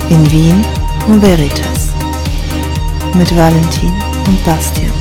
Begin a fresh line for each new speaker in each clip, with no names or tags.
In Wien und Veritas mit Valentin und Bastian.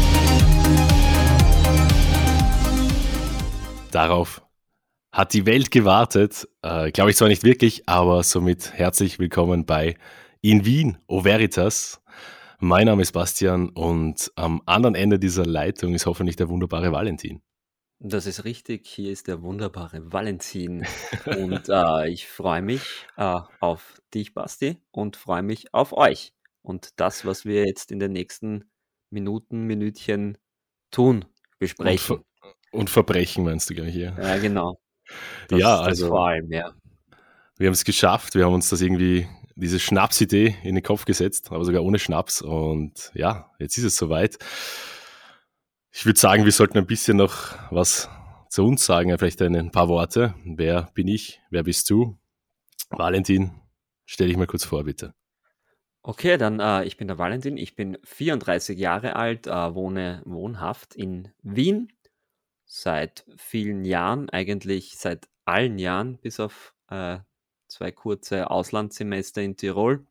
Darauf hat die Welt gewartet, glaube ich zwar nicht wirklich, aber somit herzlich willkommen bei In Wien, O Veritas. Mein Name ist Bastian und am anderen Ende dieser Leitung ist hoffentlich der wunderbare Valentin.
Das ist richtig, hier ist der wunderbare Valentin und ich freue mich auf dich, Basti, und freue mich auf euch und das, was wir jetzt in den nächsten Minütchen tun, besprechen.
Und Verbrechen meinst du gleich hier?
Ja, genau.
Ja,
Das
also
vor allem, ja.
wir haben es geschafft, wir haben uns diese Schnapsidee in den Kopf gesetzt, aber sogar ohne Schnaps und ja, jetzt ist es soweit. Ich würde sagen, wir sollten ein bisschen noch was zu uns sagen, vielleicht ein paar Worte. Wer bin ich? Wer bist du? Valentin, stell dich mal kurz vor, bitte.
Okay, dann ich bin der Valentin, ich bin 34 Jahre alt, wohne wohnhaft in Wien seit vielen Jahren, eigentlich seit allen Jahren, bis auf 2 kurze Auslandssemester in Tirol.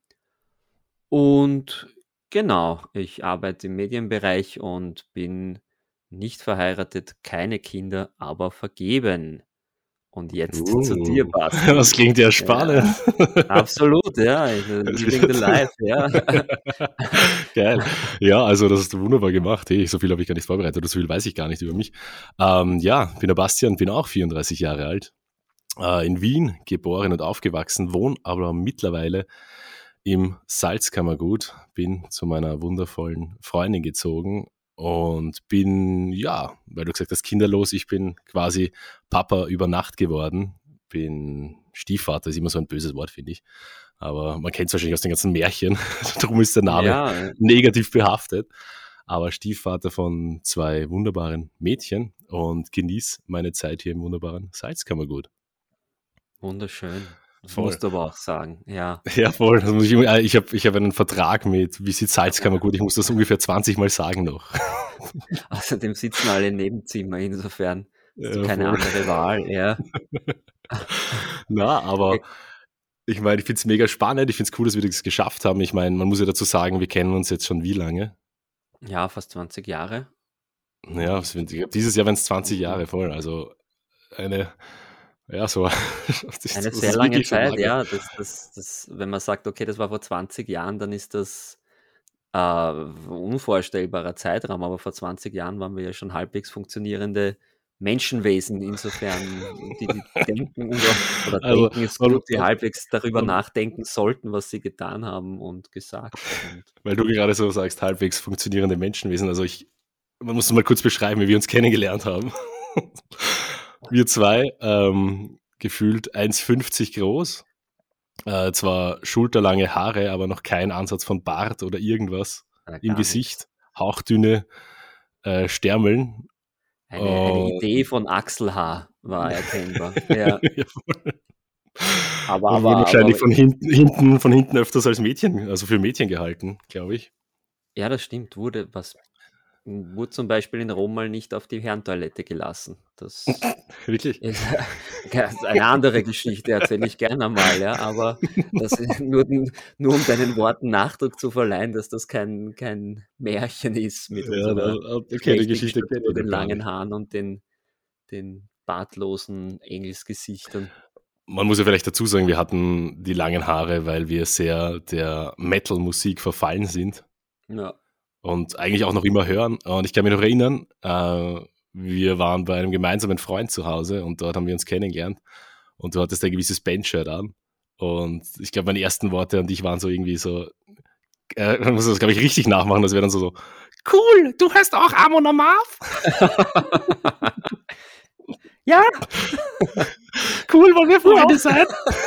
Und genau, ich arbeite im Medienbereich und bin nicht verheiratet, keine Kinder, aber vergeben. Und jetzt zu dir, Basti.
Das klingt ja
Ja,
spannend.
absolut, ja. Living the life, ja.
Geil. Ja, also das hast du wunderbar gemacht. Hey, so viel habe ich gar nicht vorbereitet oder so viel weiß ich gar nicht über mich. Ja, bin der Bastian, bin auch 34 Jahre alt. In Wien geboren und aufgewachsen, wohne aber mittlerweile im Salzkammergut, bin zu meiner wundervollen Freundin gezogen und bin, ja, weil du gesagt hast, kinderlos, ich bin quasi Papa über Nacht geworden, bin Stiefvater, ist immer so ein böses Wort, finde ich, aber man kennt es wahrscheinlich aus den ganzen Märchen, darum ist der Name
Ja,
negativ behaftet, aber Stiefvater von 2 wunderbaren Mädchen und genieße meine Zeit hier im wunderbaren Salzkammergut.
wunderschön. Das
Voll.
musst du aber auch sagen, ja.
Ja, voll. Das muss ich hab einen Vertrag mit Visit Salzkammergut. Ich muss das ungefähr 20 Mal sagen noch.
Außerdem sitzen alle im Nebenzimmer, insofern hast du
Ja,
keine
voll.
andere Wahl, ja.
Na, aber ich meine, ich finde es mega spannend. Ich finde es cool, dass wir das geschafft haben. Ich meine, man muss ja dazu sagen, wir kennen uns jetzt schon wie lange?
Ja, fast 20 Jahre.
Ja, ich glaub, dieses Jahr werden es 20 Jahre voll. Also ja, so.
Eine
Das
sehr
ist
lange
wirklich schon
Zeit,
lange.
ja. Wenn man sagt, okay, das war vor 20 Jahren, dann ist das unvorstellbarer Zeitraum, aber vor 20 Jahren waren wir ja schon halbwegs funktionierende Menschenwesen, insofern, die denken oder
Also,
denken ist
man,
gut, die halbwegs darüber
man,
nachdenken sollten, was sie getan haben und gesagt. Und
weil du gerade so sagst, halbwegs funktionierende Menschenwesen. Also man muss mal kurz beschreiben, wie wir uns kennengelernt haben. Wir zwei, gefühlt 1,50 groß, zwar schulterlange Haare, aber noch kein Ansatz von Bart oder irgendwas im
gar
Gesicht,
nichts.
hauchdünne Stärmeln.
Eine
Und
Idee von Achselhaar war erkennbar. Ja,
ja, voll.
aber,
Und
aber,
wurden wahrscheinlich
aber
von hinten öfters als Mädchen, also für Mädchen gehalten, glaube ich.
ja, das stimmt, wurde zum Beispiel in Rom mal nicht auf die Herrentoilette gelassen. Das
Wirklich.
ist eine andere Geschichte, erzähle ich gerne mal, ja, aber das ist nur um deinen Worten Nachdruck zu verleihen, dass das kein Märchen ist mit
Ja,
unserer
okay, die
schmächtigen
Geschichte kenne
Statur,
ich
den
noch gar
langen
nicht.
Haaren und den bartlosen Engelsgesichtern.
Man muss ja vielleicht dazu sagen, wir hatten die langen Haare, weil wir sehr der Metal-Musik verfallen sind
Ja.
und eigentlich auch noch immer hören. Und ich kann mich noch erinnern, wir waren bei einem gemeinsamen Freund zu Hause und dort haben wir uns kennengelernt und du hattest ein gewisses Bandshirt an. Und ich glaube, meine ersten Worte an dich waren so irgendwie so, man muss das, glaube ich, richtig nachmachen, das wäre dann so, cool, du hörst auch Amon Amarth?
Ja,
Cool, wollen wir Freunde sein?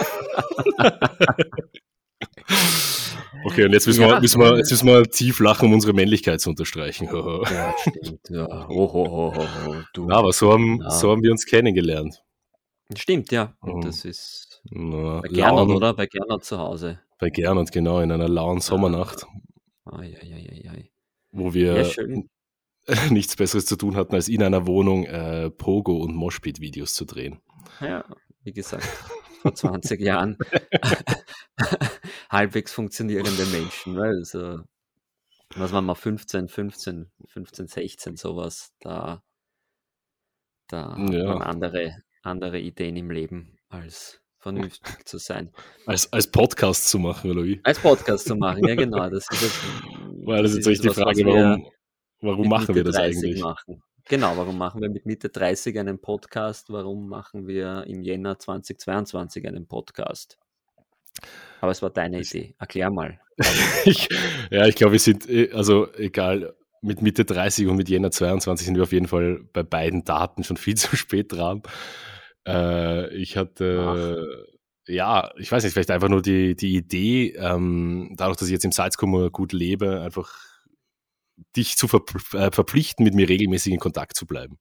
Okay, und jetzt
ja,
jetzt müssen wir tief lachen, um unsere Männlichkeit zu unterstreichen.
ja, stimmt. Ja. Oh,
Na,
du.
aber so
Ja.
haben wir uns kennengelernt.
Stimmt, ja. Und
Mhm.
das ist
Na,
bei Gernot, oder? Bei Gernot zu Hause.
bei Gernot, genau, in einer lauen Sommernacht,
Ei.
wo
Ja,
wir
schön.
nichts Besseres zu tun hatten, als in einer Wohnung Pogo- und Moshpit-Videos zu drehen.
Ja, wie gesagt, vor 20 Jahren halbwegs funktionierende Menschen, weil so, was waren wir, 15, 16, sowas, da hat man
Ja,
andere Ideen im Leben, als vernünftig zu sein.
als Podcast zu machen, oder wie?
Als Podcast zu machen, ja genau, das ist jetzt,
Weil das ist jetzt echt die
was
Frage,
wir
warum
mit
machen
Mitte
wir das
30
eigentlich?
machen. Genau, warum machen wir mit Mitte 30 einen Podcast? Warum machen wir im Jänner 2022 einen Podcast? Aber es war deine Idee. Erklär mal.
Ich, ja, ich glaube, wir sind, also egal, mit Mitte 30 und mit Jänner 22 sind wir auf jeden Fall bei beiden Daten schon viel zu spät dran. Ich
Ach,
hatte, ja, ich weiß nicht, vielleicht einfach nur die Idee, dadurch, dass ich jetzt im Salzkammer gut lebe, einfach dich zu verpflichten, mit mir regelmäßig in Kontakt zu bleiben.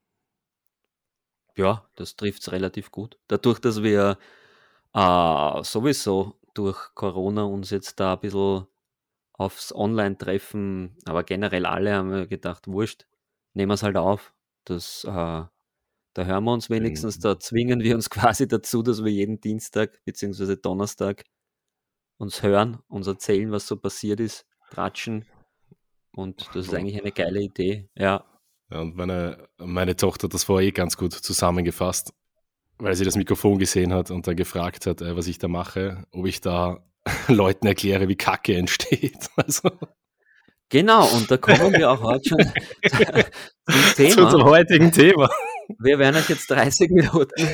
ja, das trifft es relativ gut. Dadurch, dass wir sowieso durch Corona uns jetzt da ein bisschen aufs Online-Treffen, aber generell alle haben wir gedacht, wurscht, nehmen wir es halt auf. Da hören wir uns wenigstens, da zwingen wir uns quasi dazu, dass wir jeden Dienstag bzw. Donnerstag uns hören, uns erzählen, was so passiert ist, tratschen. Und das ist eigentlich eine geile Idee. Ja,
Ja, und meine Tochter hat das vorher ganz gut zusammengefasst, weil sie das Mikrofon gesehen hat und dann gefragt hat, was ich da mache, ob ich da Leuten erkläre, wie Kacke entsteht. Also
genau. Und da kommen wir auch heute schon zum
zu unserem
Thema.
heutigen Thema.
Wir werden euch jetzt 30 Minuten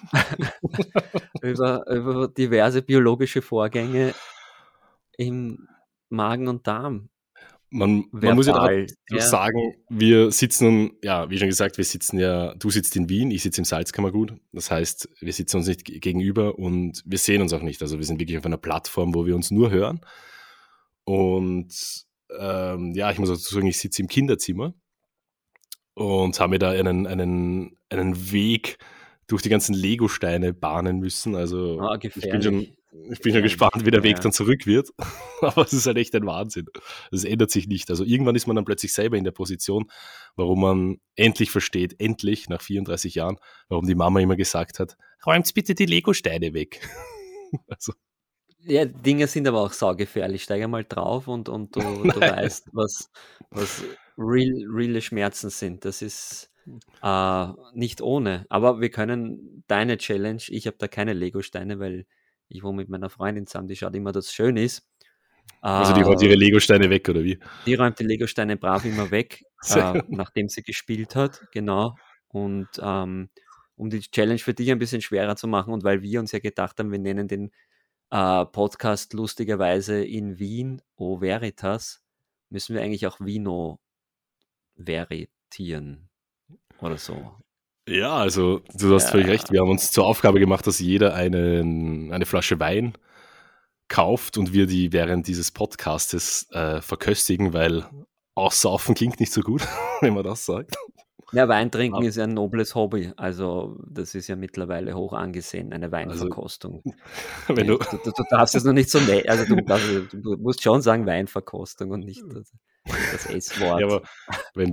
über diverse biologische Vorgänge im Magen und Darm
Man muss ja
verbal.
dazu sagen, wir sitzen, ja, wie schon gesagt, du sitzt in Wien, ich sitze im Salzkammergut. Das heißt, wir sitzen uns nicht gegenüber und wir sehen uns auch nicht. Also wir sind wirklich auf einer Plattform, wo wir uns nur hören. Und ja, ich muss auch sagen, ich sitze im Kinderzimmer und habe mir da einen Weg durch die ganzen Lego-Steine bahnen müssen. Also ich bin schon
Gefährlich.
gespannt, wie der Weg
Ja.
dann zurück wird. Aber es ist halt echt ein Wahnsinn. Es ändert sich nicht. Also irgendwann ist man dann plötzlich selber in der Position, warum man endlich versteht, endlich nach 34 Jahren, warum die Mama immer gesagt hat, räumt bitte die Lego-Steine weg. Also,
Ja, Dinge sind aber auch saugefährlich. Steig einmal drauf und du weißt, was reale Schmerzen sind. Das ist nicht ohne. Aber wir können deine Challenge, ich habe da keine Lego-Steine, weil ich wohne mit meiner Freundin zusammen, die schaut immer, dass es schön ist.
also die räumt ihre Lego-Steine weg, oder wie?
Die räumt die Lego-Steine brav immer weg,
Sehr
nachdem sie gespielt hat, genau. Und um die Challenge für dich ein bisschen schwerer zu machen und weil wir uns ja gedacht haben, wir nennen den Podcast lustigerweise in Wien O Veritas, müssen wir eigentlich auch Vino veritieren oder so.
Ja, also du hast völlig recht. Wir haben uns zur Aufgabe gemacht, dass jeder eine Flasche Wein kauft und wir die während dieses Podcastes verköstigen, weil aussaufen klingt nicht so gut, wenn man das sagt.
Ja, Wein trinken ist ja ein nobles Hobby. Also das ist ja mittlerweile hoch angesehen, eine Weinverkostung.
Wenn du,
Du darfst es noch nicht so also du musst schon sagen Weinverkostung und nicht das S-Wort.
ja, aber wenn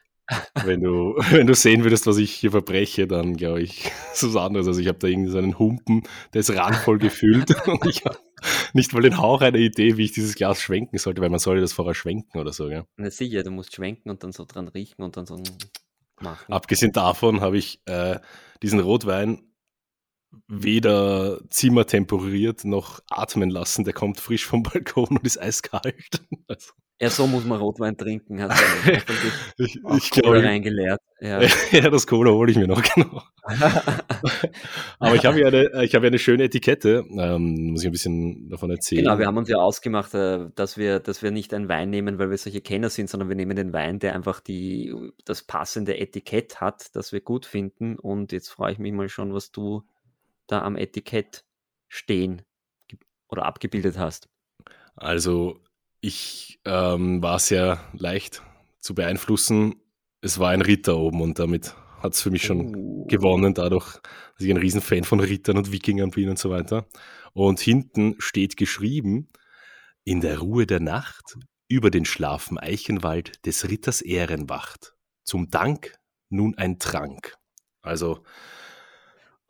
du sehen würdest, was ich hier verbreche, dann glaube ich, ist was anderes. Also ich habe da irgendwie so einen Humpen, der ist randvoll gefüllt und ich habe nicht mal den Hauch einer Idee, wie ich dieses Glas schwenken sollte, weil man sollte das vorher schwenken oder so, gell?
Na sicher, du musst schwenken und dann so dran riechen und dann so machen.
Abgesehen davon habe ich diesen Rotwein weder zimmertemperiert noch atmen lassen. Der kommt frisch vom Balkon und ist eiskalt. Also,
Ja, so muss man Rotwein trinken, hast du hoffentlich
ich
Cola
glaube,
reingeleert. Ja.
ja, das Cola hole ich mir noch, genau. Aber ich habe ja eine schöne Etikette, muss ich ein bisschen davon erzählen.
Genau, wir haben uns ja ausgemacht, dass wir nicht einen Wein nehmen, weil wir solche Kenner sind, sondern wir nehmen den Wein, der einfach das passende Etikett hat, das wir gut finden. Und jetzt freue ich mich mal schon, was du da am Etikett stehen oder abgebildet hast.
Also ich war sehr leicht zu beeinflussen. Es war ein Ritter oben und damit hat es für mich schon gewonnen, dadurch, dass ich ein Riesenfan von Rittern und Wikingern bin und so weiter. Und hinten steht geschrieben, in der Ruhe der Nacht über den schlafen Eichenwald des Ritters Ehrenwacht. Zum Dank nun ein Trank. Also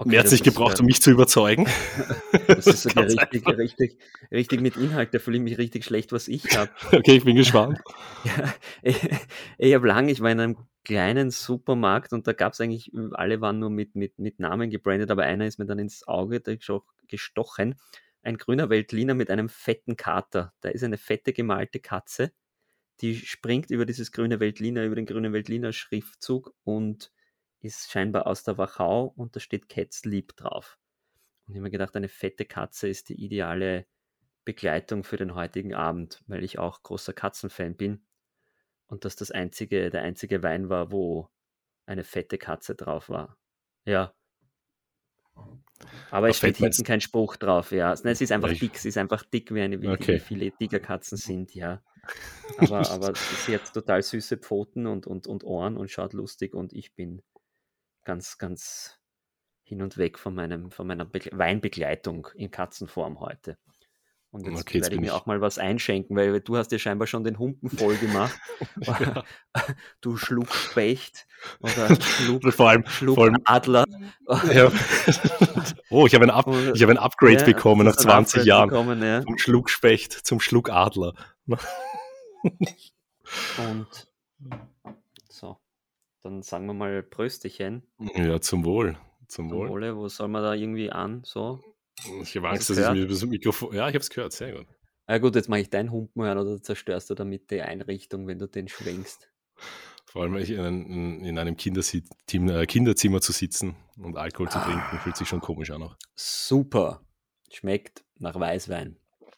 Mehr hat es nicht gebraucht, um mich zu überzeugen.
Das ist sogar richtig mit Inhalt. Da fühle ich mich richtig schlecht, was ich habe.
Okay, ich bin gespannt.
Ja, ich habe lange, ich war in einem kleinen Supermarkt und da gab es eigentlich, alle waren nur mit Namen gebrandet, aber einer ist mir dann ins Auge gestochen. Ein grüner Veltliner mit einem fetten Kater. Da ist eine fette gemalte Katze, die springt über dieses grüne Veltliner, über den grünen Veltliner Schriftzug und ist scheinbar aus der Wachau und da steht Cats Lieb drauf. Und ich habe mir gedacht, eine fette Katze ist die ideale Begleitung für den heutigen Abend, weil ich auch großer Katzenfan bin und das der einzige Wein war, wo eine fette Katze drauf war. Ja. Aber es steht hinten kein Spruch drauf, ja. Nein, sie ist einfach dick, wie viele Tigerkatzen sind, ja. Aber sie hat total süße Pfoten und Ohren und schaut lustig und ich bin ganz, ganz hin und weg von meiner Weinbegleitung in Katzenform heute. Und jetzt werde ich mir auch mal was einschenken, weil du hast ja scheinbar schon den Humpen voll gemacht. Ja. Du Schluckspecht oder Schluckadler.
Ja. Oh, ich habe ein Upgrade bekommen nach 20 Jahren. Vom Schluckspecht zum Schluckadler.
Und so, dann sagen wir mal Prösterchen.
Ja, zum Wohl.
Zum Wohle, wo soll man da irgendwie an? So?
Ich habe Angst, dass ich mir das Mikrofon... Ja, ich habe es gehört, sehr gut.
Ja gut, jetzt mache ich deinen Humpen hören oder zerstörst du damit die Einrichtung, wenn du den schwenkst?
Vor allem in einem Kinderzimmer zu sitzen und Alkohol zu trinken, fühlt sich schon komisch an auch.
Super. Schmeckt nach Weißwein.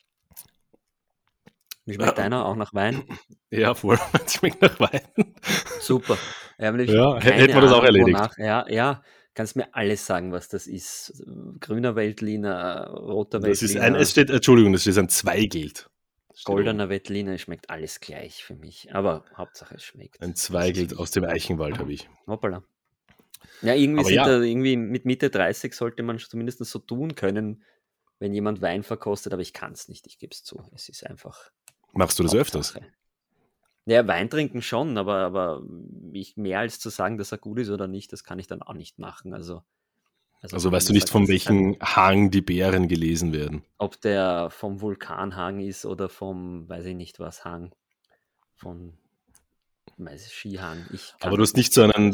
Wie schmeckt deiner? Auch nach Wein?
Ja, voll. Schmeckt nach Wein.
Super.
Hätten wir das auch erledigt.
Ja. Kannst mir alles sagen, was das ist. Grüner Veltliner, roter Veltliner.
Das steht ein Zweigelt.
Goldener Veltliner, schmeckt alles gleich für mich. Aber Hauptsache es schmeckt.
Ein Zweigelt aus dem Eichenwald habe ich.
Hoppala. Ja, irgendwie mit Mitte 30 sollte man zumindest so tun können, wenn jemand Wein verkostet, aber ich kann es nicht, ich gebe es zu. Es ist einfach.
Machst du das öfters?
Ja, Wein trinken schon, aber mehr als zu sagen, dass er gut ist oder nicht, das kann ich dann auch nicht machen. Also
weißt du nicht, von welchem Hang die Beeren gelesen werden?
Ob der vom Vulkanhang ist oder vom, weiß ich nicht was, Hang. Von, Skihang.
Aber du hast nicht so einen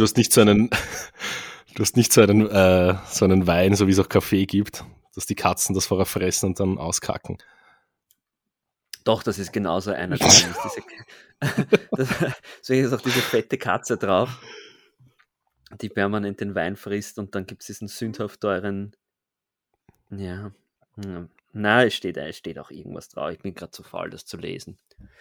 Wein, so wie es auch Kaffee gibt, dass die Katzen das vorher fressen und dann auskacken.
Doch, das ist genauso einer. So ist auch diese fette Katze drauf, die permanent den Wein frisst und dann gibt es diesen sündhaft teuren. Ja. Na, es steht auch irgendwas drauf. Ich bin gerade zu faul, das zu lesen.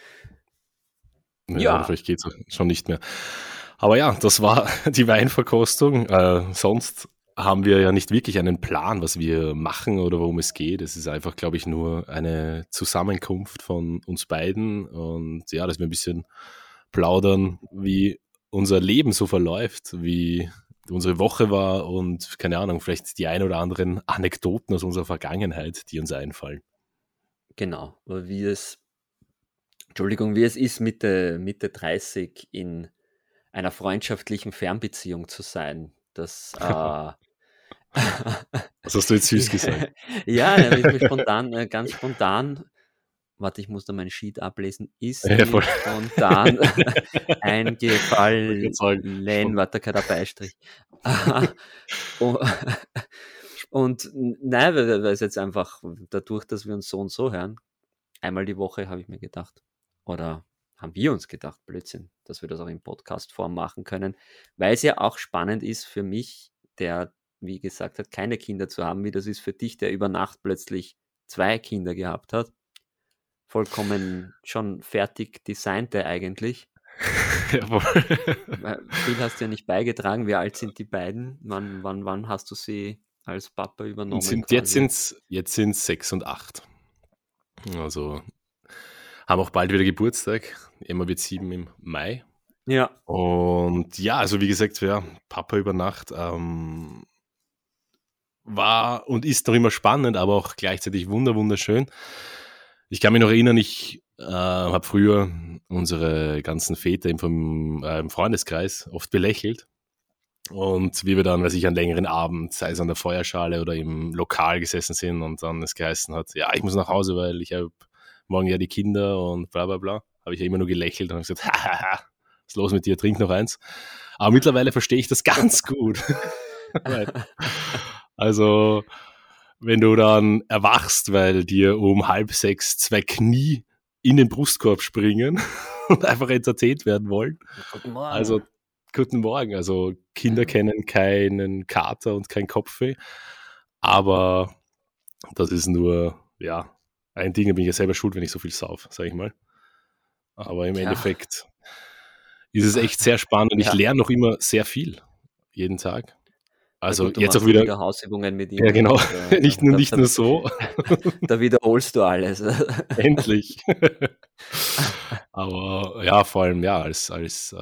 Ja, vielleicht geht es schon nicht mehr. Aber ja, das war die Weinverkostung. Sonst haben wir ja nicht wirklich einen Plan, was wir machen oder worum es geht. Es ist einfach, glaube ich, nur eine Zusammenkunft von uns beiden und ja, dass wir ein bisschen plaudern, wie unser Leben so verläuft, wie unsere Woche war und keine Ahnung, vielleicht die ein oder anderen Anekdoten aus unserer Vergangenheit, die uns einfallen.
Genau, wie es ist, Mitte 30 in einer freundschaftlichen Fernbeziehung zu sein. Das
Was hast du jetzt süß gesagt?
Ja, ganz spontan, warte, ich muss da meinen Sheet ablesen, ist mir spontan eingefallen, warte, kein Beistrich. Und nein, weil es jetzt einfach, dadurch, dass wir uns so und so hören, einmal die Woche habe ich mir gedacht, oder haben wir uns gedacht, Blödsinn, dass wir das auch in Podcast-Form machen können, weil es ja auch spannend ist für mich, der, wie gesagt hat, keine Kinder zu haben, wie das ist für dich, der über Nacht plötzlich 2 Kinder gehabt hat. Vollkommen schon fertig designte eigentlich.
Jawohl.
Viel hast du ja nicht beigetragen. Wie alt sind die beiden? Wann hast du sie als Papa übernommen?
Jetzt sind 6 und 8. Also haben auch bald wieder Geburtstag. Emma wird 7 im Mai.
Ja.
Und ja, also wie gesagt, Papa über Nacht war und ist noch immer spannend, aber auch gleichzeitig wunderschön. Ich kann mich noch erinnern, ich habe früher unsere ganzen Väter im Freundeskreis oft belächelt, Und wie wir dann, weiß ich, einen längeren Abend, sei es an der Feuerschale oder im Lokal gesessen sind und dann es geheißen hat, ja, ich muss nach Hause, weil ich habe morgen ja die Kinder und bla bla bla, habe ich ja immer nur gelächelt und habe gesagt, hahaha, was ist los mit dir, trink noch eins. Aber mittlerweile verstehe ich das ganz gut. Also, wenn du dann erwachst, weil dir um 5:30 2 Knie in den Brustkorb springen und einfach entertaint werden wollen.
Guten Morgen.
Also, guten Morgen. Also, Kinder kennen keinen Kater und kein Kopfweh. Aber das ist nur, ja, ein Ding, da bin ich ja selber schuld, wenn ich so viel sauf, sag ich mal. Aber im Endeffekt ist es echt sehr spannend und ich lerne noch immer sehr viel. Jeden Tag. Also
gut, du
jetzt auch
machst
wieder.
Hausübungen mit ihm.
Ja, genau.
Und,
nicht nur so.
Da wiederholst du alles.
Endlich. Aber ja, vor allem ja, als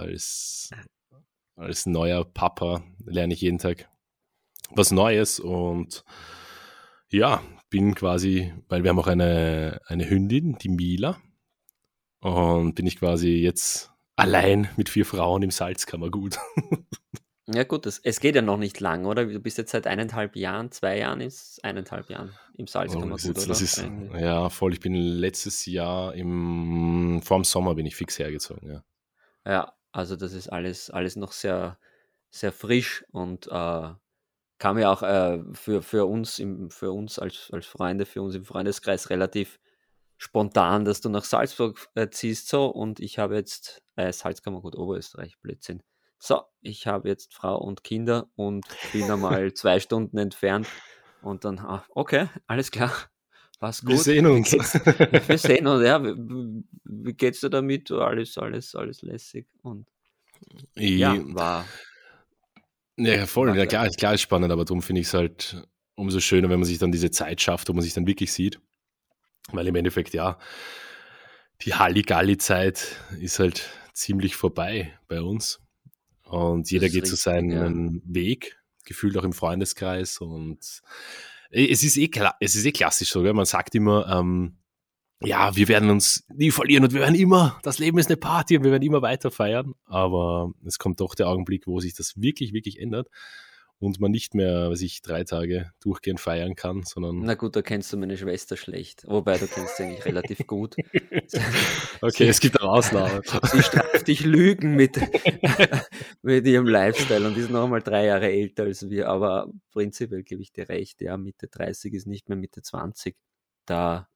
neuer Papa lerne ich jeden Tag was Neues und ja, bin quasi, weil wir haben auch eine Hündin, die Mila, und bin ich quasi jetzt allein mit 4 Frauen im Salzkammergut.
Ja gut, es geht ja noch nicht lang, oder? Du bist jetzt seit 1,5 Jahren, 2 Jahren ist 1,5 Jahren im Salzkammergut, oder?
Das ist, ja, voll. Ich bin letztes Jahr vor dem Sommer bin ich fix hergezogen, ja.
Ja, also das ist alles noch sehr, sehr frisch und kam ja auch für uns als Freunde, für uns im Freundeskreis relativ spontan, dass du nach Salzburg ziehst so und ich habe jetzt Salzkammergut Oberösterreich, Blödsinn. So, ich habe jetzt Frau und Kinder und bin einmal 2 Stunden entfernt und dann, okay, alles klar, passt gut.
Wir sehen uns.
Wir sehen uns, ja. Wie geht's dir damit? Alles lässig und war.
Ja, voll.
war
Ja,
klar.
klar ist spannend, aber darum finde ich es halt umso schöner, wenn man sich dann diese Zeit schafft, wo man sich dann wirklich sieht. Weil im Endeffekt, ja, die Halligalli-Zeit ist halt ziemlich vorbei bei uns. Und jeder geht so seinen Weg, gefühlt auch im Freundeskreis. Und es ist eh klassisch so, gell? Man sagt immer, ja, wir werden uns nie verlieren und wir werden immer, das Leben ist eine Party und wir werden immer weiter feiern. Aber es kommt doch der Augenblick, wo sich das wirklich, wirklich ändert und man nicht mehr, 3 Tage durchgehend feiern kann, sondern...
Na gut, da kennst du meine Schwester schlecht. Wobei, du kennst sie eigentlich relativ gut.
Okay, es gibt auch Ausnahmen.
Sie straft dich Lügen mit ihrem Lifestyle und die ist noch einmal 3 Jahre älter als wir. Aber prinzipiell gebe ich dir recht, ja, Mitte 30 ist nicht mehr Mitte 20. Da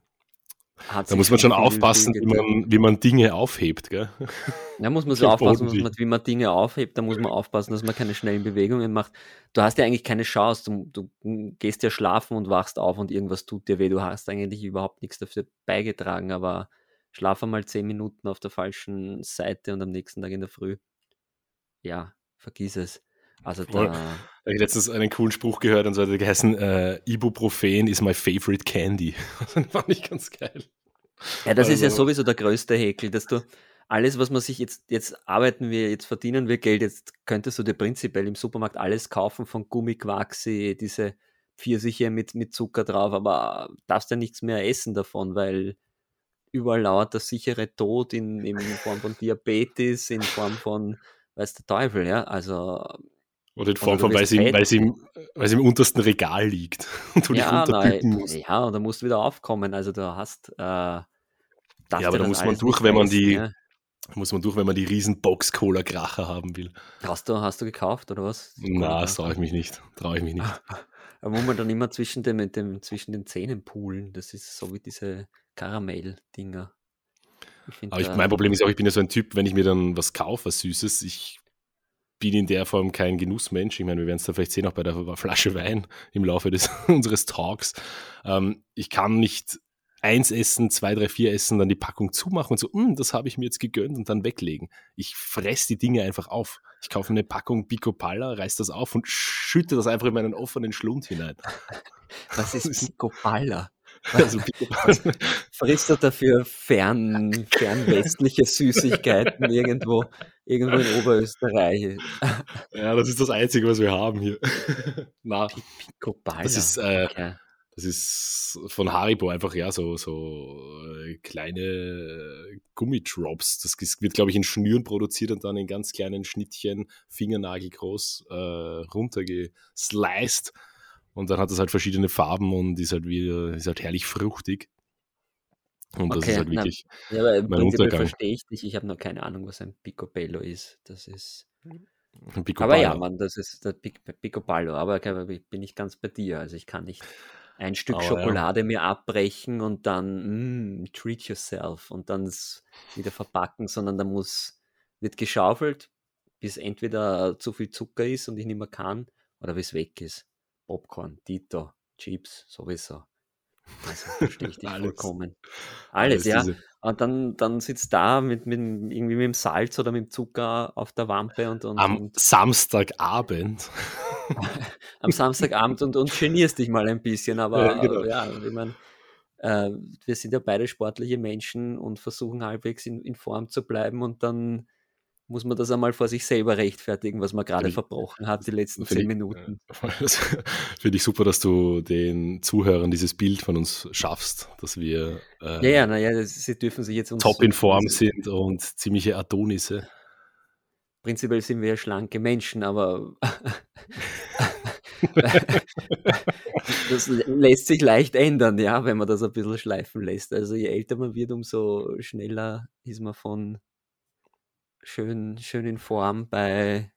muss man schon aufpassen, wie man Dinge aufhebt, gell?
Ja, muss man so aufpassen, wie man Dinge aufhebt. Da muss man aufpassen, dass man keine schnellen Bewegungen macht. Du hast ja eigentlich keine Chance. Du gehst ja schlafen und wachst auf und irgendwas tut dir weh. Du hast eigentlich überhaupt nichts dafür beigetragen, aber schlaf einmal 10 Minuten auf der falschen Seite und am nächsten Tag in der Früh. Ja, vergiss es. Also da
habe ich letztens einen coolen Spruch gehört und so hat er geheißen, Ibuprofen is my favorite candy. Das fand ich ganz geil.
Ja, das ist ja sowieso der größte Häkel, dass du alles, was man sich jetzt arbeiten wir, jetzt verdienen wir Geld, jetzt könntest du dir prinzipiell im Supermarkt alles kaufen, von Gummiquaxi, diese Pfirsiche mit Zucker drauf, aber darfst ja nichts mehr essen davon, weil überall lauert der sichere Tod in Form von Diabetes, in Form von, weiß der Teufel, ja, also...
Oder in Form von, weil sie im untersten Regal liegt und du dich runterbücken musst.
Ja, und dann musst du wieder aufkommen, also du hast...
ja, aber da muss man durch, wenn man die riesen Box-Cola-Kracher haben will.
Hast du gekauft, oder was?
Na, das traue ich mich nicht.
Da muss man dann immer zwischen den Zähnen poolen. Das ist so wie diese Karamell-Dinger.
Aber mein Problem ist auch, ich bin ja so ein Typ, wenn ich mir dann was kaufe, was Süßes, ich bin in der Form kein Genussmensch. Ich meine, wir werden es dann vielleicht sehen, auch bei der Flasche Wein im Laufe unseres Talks. Ich kann nicht 1 essen, 2, 3, 4 essen, dann die Packung zumachen und so, das habe ich mir jetzt gegönnt und dann weglegen. Ich fresse die Dinge einfach auf. Ich kaufe eine Packung Pico Palla, reiß das auf und schütte das einfach in meinen offenen Schlund hinein.
Was ist Pico Palla? Also, frisst du dafür fernwestliche Süßigkeiten irgendwo in Oberösterreich?
Ja, das ist das Einzige, was wir haben hier. Na,
Pico Palla.
Das ist von Haribo einfach, ja, so kleine Gummidrops. Das wird, glaube ich, in Schnüren produziert und dann in ganz kleinen Schnittchen, fingernagelgroß, runtergesliced. Und dann hat das halt verschiedene Farben und ist halt herrlich fruchtig. Und das ist
Okay,
halt wirklich
ja, aber
mein
prinzipiell
Untergang.
verstehe ich dich. Ich habe noch keine Ahnung, was ein Picobello ist. Das ist.
Ein
Aber ja,
Picobello.
Mann, das ist der Picobello. Aber bin ich ganz bei dir. Also ich kann nicht ein Stück
Aber ja,
Schokolade mir abbrechen und dann treat yourself und dann wieder verpacken, sondern wird geschaufelt, bis entweder zu viel Zucker ist und ich nicht mehr kann oder bis weg ist. Popcorn, Dito, Chips, sowieso. Also verstehe ich dich
alles,
vollkommen. Alles,
alles
ja.
diese.
Und dann sitzt da irgendwie mit dem Salz oder mit dem Zucker auf der Wampe
Am Samstagabend.
am Samstagabend und genierst dich mal ein bisschen. Aber
Genau.
ja, ich meine, wir sind ja beide sportliche Menschen und versuchen halbwegs in Form zu bleiben und dann muss man das einmal vor sich selber rechtfertigen, was man gerade
Finde ich,
verbrochen hat, die letzten
finde
10
ich,
Minuten.
finde ich super, dass du den Zuhörern dieses Bild von uns schaffst, dass wir
Ja, naja, sie dürfen sich jetzt
top in Form
uns
sind und ziemliche Adonisse.
prinzipiell sind wir ja schlanke Menschen, aber das lässt sich leicht ändern, ja, wenn man das ein bisschen schleifen lässt. Also je älter man wird, umso schneller ist man von schön in Form bei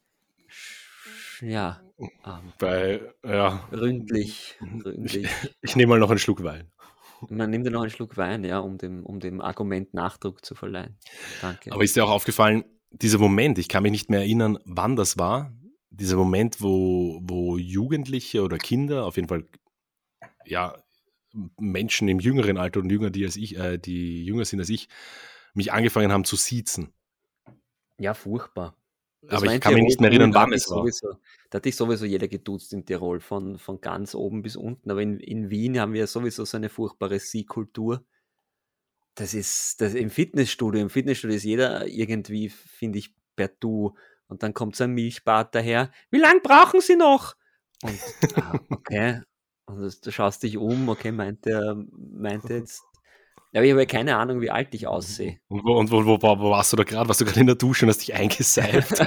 ründlich.
Ich nehme mal noch einen Schluck Wein.
Man nimmt ja noch einen Schluck Wein, ja, um dem Argument Nachdruck zu verleihen. Danke.
Aber ist dir auch aufgefallen, dieser Moment, ich kann mich nicht mehr erinnern, wann das war, dieser Moment, wo Jugendliche oder Kinder, auf jeden Fall, ja, Menschen im jüngeren Alter und jünger, die jünger sind als ich, mich angefangen haben zu siezen.
Ja, furchtbar. Das
Aber
war
ich
in
kann mich
Tirol
nicht mehr
cool,
erinnern,
da
wann
hat dich
es war.
da hat dich sowieso jeder geduzt in Tirol, von ganz oben bis unten. Aber in Wien haben wir sowieso so eine furchtbare Sie-Kultur. Das im Fitnessstudio ist jeder irgendwie, finde ich, per Du. Und dann kommt so ein Milchbart daher. Wie lange brauchen Sie noch? Und okay. Und du schaust dich um, okay, meinte jetzt. Aber ich habe ja keine Ahnung, wie alt ich aussehe.
Und wo warst du da gerade? Warst du gerade in der Dusche und hast dich eingeseift?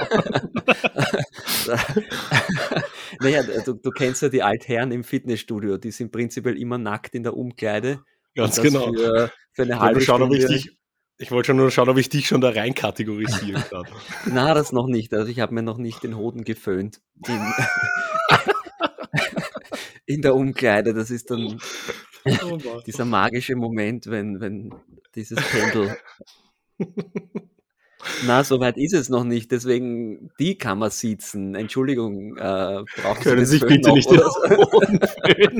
Naja, du kennst ja die Altherren im Fitnessstudio, die sind prinzipiell immer nackt in der Umkleide.
Ganz
Und das
genau.
für eine halbe Stunde.
Ich wollte schon nur schauen, ob ich dich schon da rein kategorisieren kann.
Na, das noch nicht. Also ich habe mir noch nicht den Hoden geföhnt in der Umkleide. Das ist dann dieser magische Moment, wenn dieses Pendel. Na, soweit ist es noch nicht. Deswegen, die kann man siezen. Entschuldigung, brauchen Sie
Können
den
sich
Föhn
bitte
noch
nicht den
oder so?
Hoden föhnen.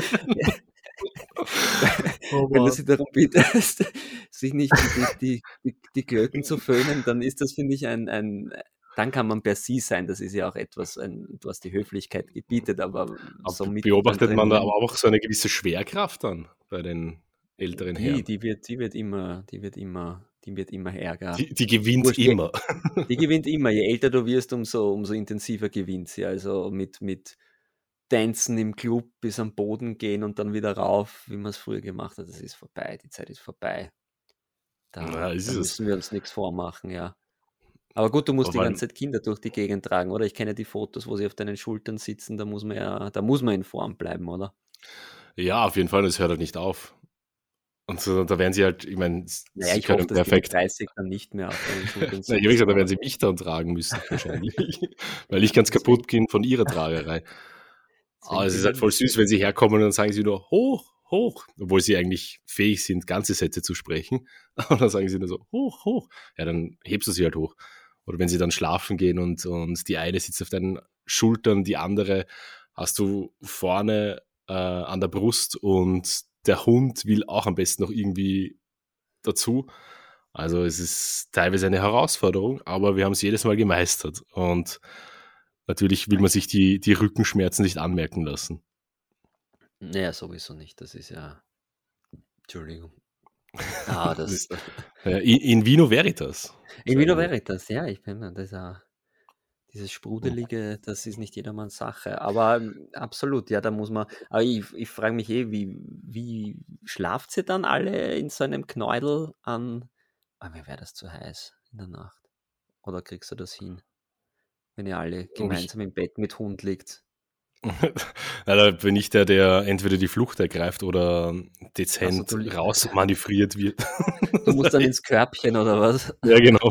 Wenn du sie darum bittest, sich nicht die Klöten zu föhnen, dann ist das, finde ich, dann kann man per Sie sein. Das ist ja auch etwas, was die Höflichkeit gebietet, aber so
Beobachtet man da
drin,
aber auch so eine gewisse Schwerkraft dann bei den älteren Herren?
die wird immer ärger.
Die gewinnt
Wurscht,
immer.
Die gewinnt immer. Je älter du wirst, umso intensiver gewinnt sie. Also mit Tanzen im Club bis am Boden gehen und dann wieder rauf, wie man es früher gemacht hat. Das ist vorbei. Die Zeit ist vorbei. Da müssen wir uns nichts vormachen, ja. Aber gut, du musst die ganze Zeit Kinder durch die Gegend tragen, oder? Ich kenne die Fotos, wo sie auf deinen Schultern sitzen. Da muss man in Form bleiben, oder?
Ja, auf jeden Fall. Das hört halt nicht auf. Und so, da werden sie halt, ich meine,
naja, ich hoffe, dass die mit 30 dann nicht mehr auf deinen Schultern sitzen.
Ich habe gesagt, da werden sie mich dann tragen müssen, wahrscheinlich. Weil ich ganz kaputt bin von ihrer Tragerei. Aber es ist halt voll süß, wenn sie herkommen und dann sagen sie nur hoch, hoch, obwohl sie eigentlich fähig sind, ganze Sätze zu sprechen. Und dann sagen sie nur so hoch, hoch. Ja, dann hebst du sie halt hoch. Oder wenn sie dann schlafen gehen und die eine sitzt auf deinen Schultern, die andere hast du vorne an der Brust und der Hund will auch am besten noch irgendwie dazu. Also es ist teilweise eine Herausforderung, aber wir haben es jedes Mal gemeistert. Und natürlich will man sich die Rückenschmerzen nicht anmerken lassen.
Naja, sowieso nicht. Das ist ja... Entschuldigung.
In Vino Veritas.
In Vino Veritas, ja. Ich bin das Dieses Sprudelige, das ist nicht jedermanns Sache. Aber absolut, ja, da muss man. Aber ich frage mich wie schlaft ihr dann alle in so einem Knäudel an? Mir wäre das zu heiß in der Nacht. Oder kriegst du das hin, wenn ihr alle
Ich,
gemeinsam im Bett mit Hund liegt?
da bin ich der entweder die Flucht ergreift oder
Also
dezent rausmanövriert wird.
du musst dann ins Körbchen oder was?
Ja, genau.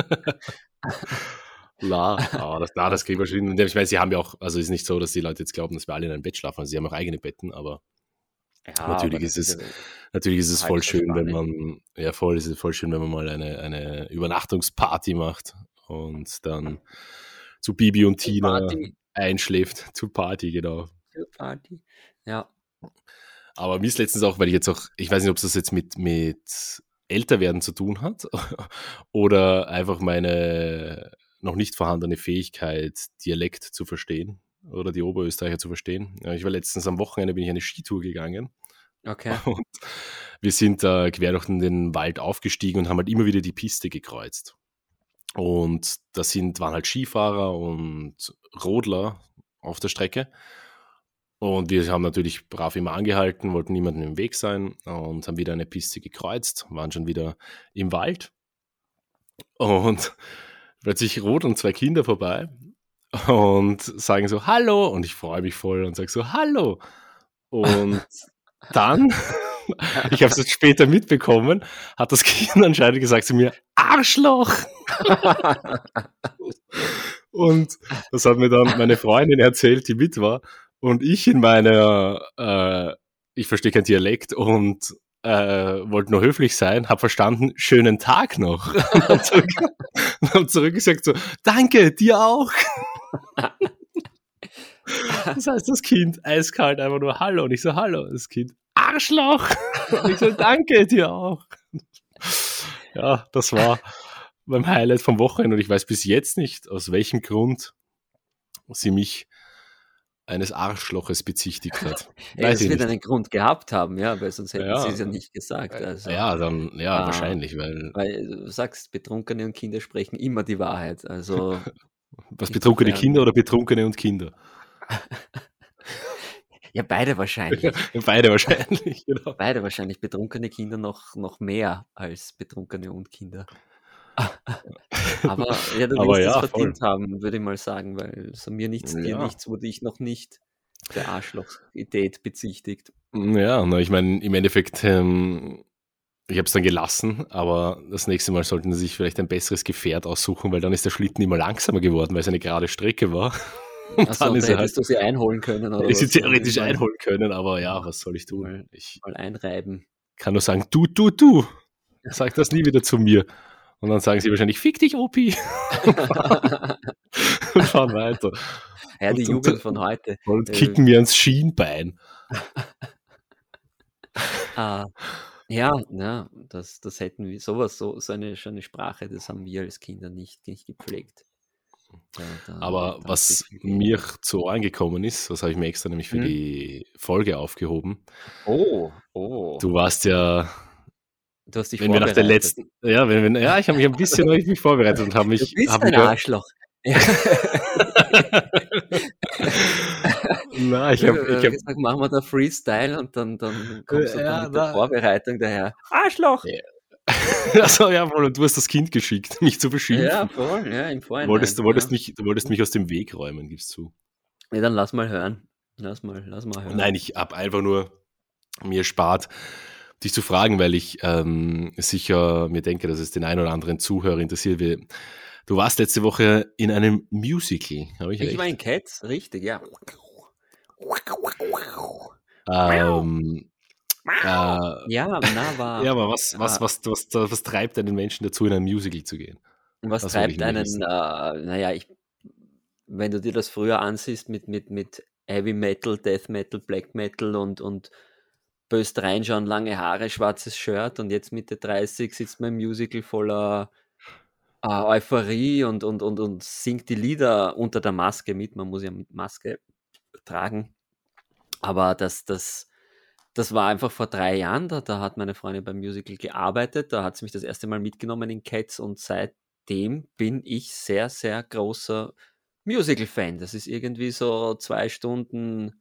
Das kriegen wir schon hin. Ich meine, sie haben ja auch, also es ist nicht so, dass die Leute jetzt glauben, dass wir alle in einem Bett schlafen. Also sie haben auch eigene Betten, aber
Ja,
natürlich
aber
ist
das
es,
ist ja
natürlich ist es voll schön, wenn
Altersspanne.
ist es voll schön, wenn man mal eine Übernachtungsparty macht und dann zu Bibi und
Zur
Tina
Party,
einschläft, zur Party, genau.
zur Party. Ja.
Aber mir ist letztens auch, weil ich weiß nicht, ob es das jetzt mit Älterwerden zu tun hat oder einfach meine noch nicht vorhandene Fähigkeit, Dialekt zu verstehen oder die Oberösterreicher zu verstehen. Ja, ich war letztens am Wochenende, bin ich eine Skitour gegangen
Okay.
und wir sind da quer durch den Wald aufgestiegen und haben halt immer wieder die Piste gekreuzt. Und waren halt Skifahrer und Rodler auf der Strecke. Und wir haben natürlich brav immer angehalten, wollten niemandem im Weg sein und haben wieder eine Piste gekreuzt, waren schon wieder im Wald. Und plötzlich rodeln 2 Kinder vorbei und sagen so Hallo. Und ich freue mich voll und sage so Hallo. Und dann, ich habe es jetzt später mitbekommen, hat das Kind anscheinend gesagt zu mir, Arschloch. Und das hat mir dann meine Freundin erzählt, die mit war. Und ich in meiner, ich verstehe kein Dialekt und wollte nur höflich sein, habe verstanden, schönen Tag noch. Und hab zurückgesagt so, danke, dir auch. Das heißt, das Kind eiskalt einfach nur Hallo. Und ich so, Hallo. Das Kind, Arschloch. Und ich so, danke, dir auch. Ja, das war beim Highlight vom Wochenende. Und ich weiß bis jetzt nicht, aus welchem Grund sie mich eines Arschloches bezichtigt hat.
Ey,
Weiß
das
ich
wird
nicht.
einen Grund gehabt haben, ja, weil sonst hätten sie es ja
Ja,
nicht gesagt. Also,
ja,
äh,
wahrscheinlich, weil
weil du sagst, Betrunkene und Kinder sprechen immer die Wahrheit. Also
was betrunkene
insofern,
Kinder oder Betrunkene und Kinder?
ja, beide wahrscheinlich.
Beide wahrscheinlich, genau.
Beide wahrscheinlich. Betrunkene Kinder noch mehr als Betrunkene und Kinder. Aber ja, du
Aber
wirst es
ja, voll.
verdient haben, würde ich mal sagen, weil so mir nichts, dir
Ja.
nichts wurde ich noch nicht der Arschlochität bezichtigt.
Ja, na, ich meine, im Endeffekt, ich habe es dann gelassen, aber das nächste Mal sollten sie sich vielleicht ein besseres Gefährt aussuchen, weil dann ist der Schlitten immer langsamer geworden, weil es eine gerade Strecke war. Und
Achso,
dann
und
ist
da
er halt,
hättest du sie einholen können oder
ist sie
was?
theoretisch einholen können, aber ja, was soll ich tun?
Mal,
Ich
mal einreiben.
kann nur sagen, du, sag das nie wieder zu mir. Und dann sagen sie wahrscheinlich, fick dich, Opi. Und fahren weiter.
Ja, die
Und
Jugend von heute.
kicken mir ans Schienbein.
Ja, das hätten wir, sowas, so eine Sprache, das haben wir als Kinder nicht gepflegt.
Aber
Da
was
ist viel
mir
weniger.
zu Ohren gekommen ist, das habe ich mir extra nämlich für die Folge aufgehoben.
Oh,
Du warst ja,
du hast dich
wenn wir nach der
vorbereitet.
letzten, ja, ich habe mich ein bisschen hab ich mich vorbereitet und habe
Du
mich,
bist
hab
ein
mich
Arschloch.
Na, ich
Wir
habe,
haben gesagt, machen wir da Freestyle und dann kommst du da
ja,
mit der Vorbereitung daher. Arschloch!
also ja, voll, und du hast das Kind geschickt, mich zu
Ja,
beschimpfen.
voll, ja, im
Du
Vorhinein.
wolltest, du wolltest
Ja.
mich, du wolltest mich aus dem Weg räumen, gibst zu.
Ja, dann lass mal hören. Lass mal hören.
Nein, ich habe einfach nur mir spart, dich zu fragen, weil ich sicher mir denke, dass es den einen oder anderen Zuhörer interessiert. Du warst letzte Woche in einem Musical, habe ich
Ich
recht?
war in Cats, richtig, ja. Ja, war.
Ja, aber was treibt einen Menschen dazu, in ein Musical zu gehen?
Was
Das wollte ich
treibt
nämlich
einen,
wissen.
wenn du dir das früher ansiehst mit Heavy Metal, Death Metal, Black Metal und böst reinschauen, lange Haare, schwarzes Shirt und jetzt Mitte 30 sitzt man im Musical voller Euphorie und singt die Lieder unter der Maske mit. Man muss ja mit Maske tragen. Aber das war einfach vor 3 Jahren, da hat meine Freundin beim Musical gearbeitet, da hat sie mich das erste Mal mitgenommen in Cats und seitdem bin ich sehr, sehr großer Musical-Fan. Das ist irgendwie so 2 Stunden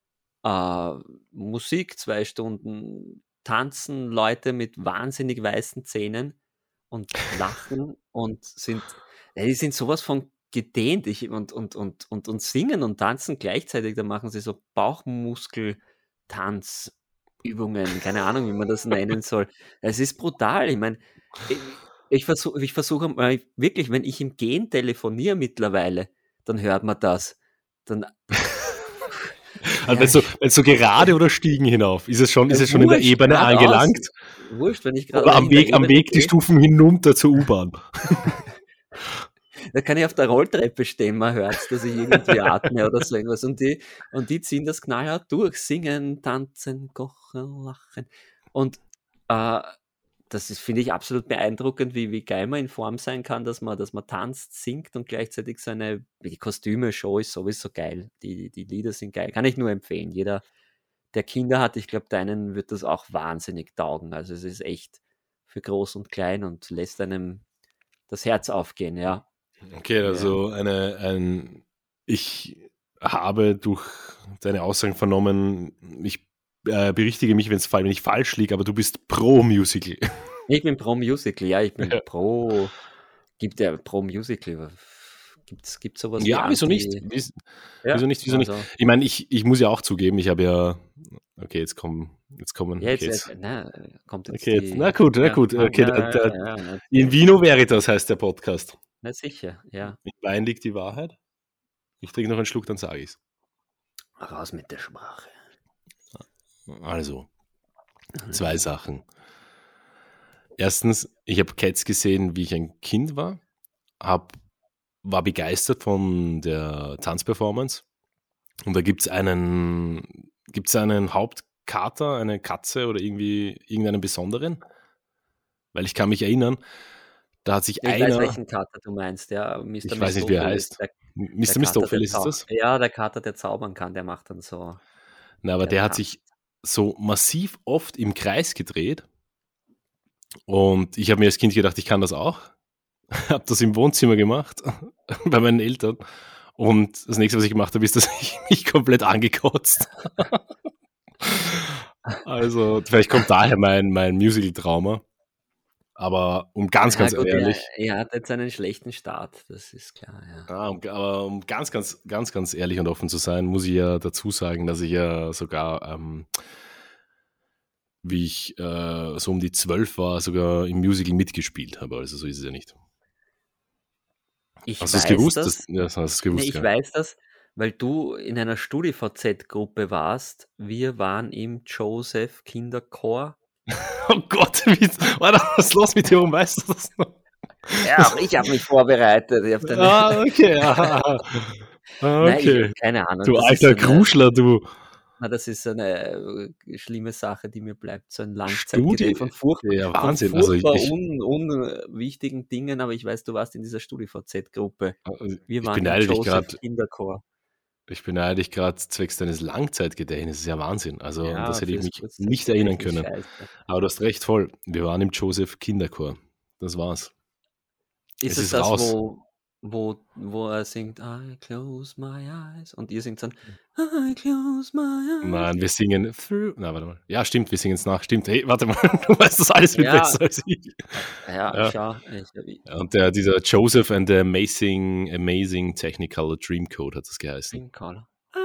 Musik, 2 Stunden tanzen, Leute mit wahnsinnig weißen Zähnen und lachen und die sind sowas von gedehnt und singen und tanzen gleichzeitig. Da machen sie so Bauchmuskel-Tanzübungen, keine Ahnung, wie man das nennen soll. Es ist brutal. Ich meine, ich versuche mal wirklich, wenn ich im Gehen telefoniere mittlerweile, dann hört man das. Dann,
Also wenn so gerade oder Stiegen hinauf? Ist es schon in der Ebene angelangt?
Wurscht, wenn ich gerade
Oder am Weg die Stufen hinunter zur U-Bahn?
Da kann ich auf der Rolltreppe stehen, man hört dass ich irgendwie atme oder so irgendwas. Und die ziehen das knallhart durch. Singen, tanzen, kochen, lachen. Und das finde ich absolut beeindruckend, wie geil man in Form sein kann, dass man tanzt, singt und gleichzeitig die Kostüme-Show ist sowieso geil. Die Lieder sind geil. Kann ich nur empfehlen. Jeder, der Kinder hat, ich glaube, deinen wird das auch wahnsinnig taugen. Also es ist echt für groß und klein und lässt einem das Herz aufgehen, ja.
Okay, also ich habe durch deine Aussagen vernommen, ich berichtige mich, wenn ich falsch liege, aber du bist pro Musical.
Ich bin pro Musical, ja, ich bin pro. Gibt ja pro Musical. Gibt sowas?
Ja, wieso nicht? Wieso nicht? Also, ich meine, ich muss ja auch zugeben, ich habe ja. Okay, jetzt kommen.
Ja, kommt jetzt.
Na gut. Okay, in Vino Veritas heißt der Podcast.
Na sicher, ja.
Im Wein liegt die Wahrheit. Ich trinke noch einen Schluck, dann sage ich es.
Raus mit der Sprache.
Also, 2 Sachen. Erstens, ich habe Cats gesehen, wie ich ein Kind war. War begeistert von der Tanzperformance. Und da gibt es einen Hauptkater, eine Katze oder irgendeinen besonderen. Weil ich kann mich erinnern, da hat sich einer...
Ich weiß, welchen Kater du meinst, ja.
Ich weiß nicht, wie er heißt. Mr. Mistopheles ist das?
Ja, der Kater, der zaubern kann, der macht dann so...
Na, aber der hat sich so massiv oft im Kreis gedreht. Und ich habe mir als Kind gedacht, ich kann das auch. Habe das im Wohnzimmer gemacht, bei meinen Eltern. Und das nächste, was ich gemacht habe, ist, dass ich mich komplett angekotzt. Also, vielleicht kommt daher mein Musical-Trauma. Aber ganz ehrlich.
Er hat jetzt einen schlechten Start, das ist klar, ja.
Aber um ganz ehrlich und offen zu sein, muss ich ja dazu sagen, dass ich ja sogar, wie ich so um die 12 war, sogar im Musical mitgespielt habe. Also so ist es ja nicht. Hast du es gewusst? Hast du es gewusst?
Ich weiß das, weil du in einer StudiVZ-Gruppe warst. Wir waren im Joseph Kinderchor.
Oh Gott, was ist los mit dir? Warum weißt du das noch?
Ja, auch ich habe mich vorbereitet.
Okay.
Nein, keine Ahnung.
Du alter Kruschler, du.
Na, das ist eine schlimme Sache, die mir bleibt. So ein Langzeitgedächtnis von furchtbar unwichtigen Dingen, aber ich weiß, du warst in dieser StudiVZ-Gruppe. Wir waren im Joseph Kinderchor.
Ich beneide dich gerade zwecks deines Langzeitgedächtnisses. Das ist ja Wahnsinn. Also das hätte ich mich nicht erinnern können. Scheiße. Aber du hast recht, voll. Wir waren im Joseph Kinderchor. Das war's.
Ist es das, raus. Wo er singt I close my eyes und ihr singt dann I close my eyes?
Nein, wir singen through. Na, warte mal. Ja, stimmt, wir singen es nach. Stimmt. Hey, warte mal, du weißt das alles viel besser als ich.
Ja. Schau.
Und dieser Joseph and the Amazing Technicolor Dreamcoat hat das geheißen.
Dreamcolor.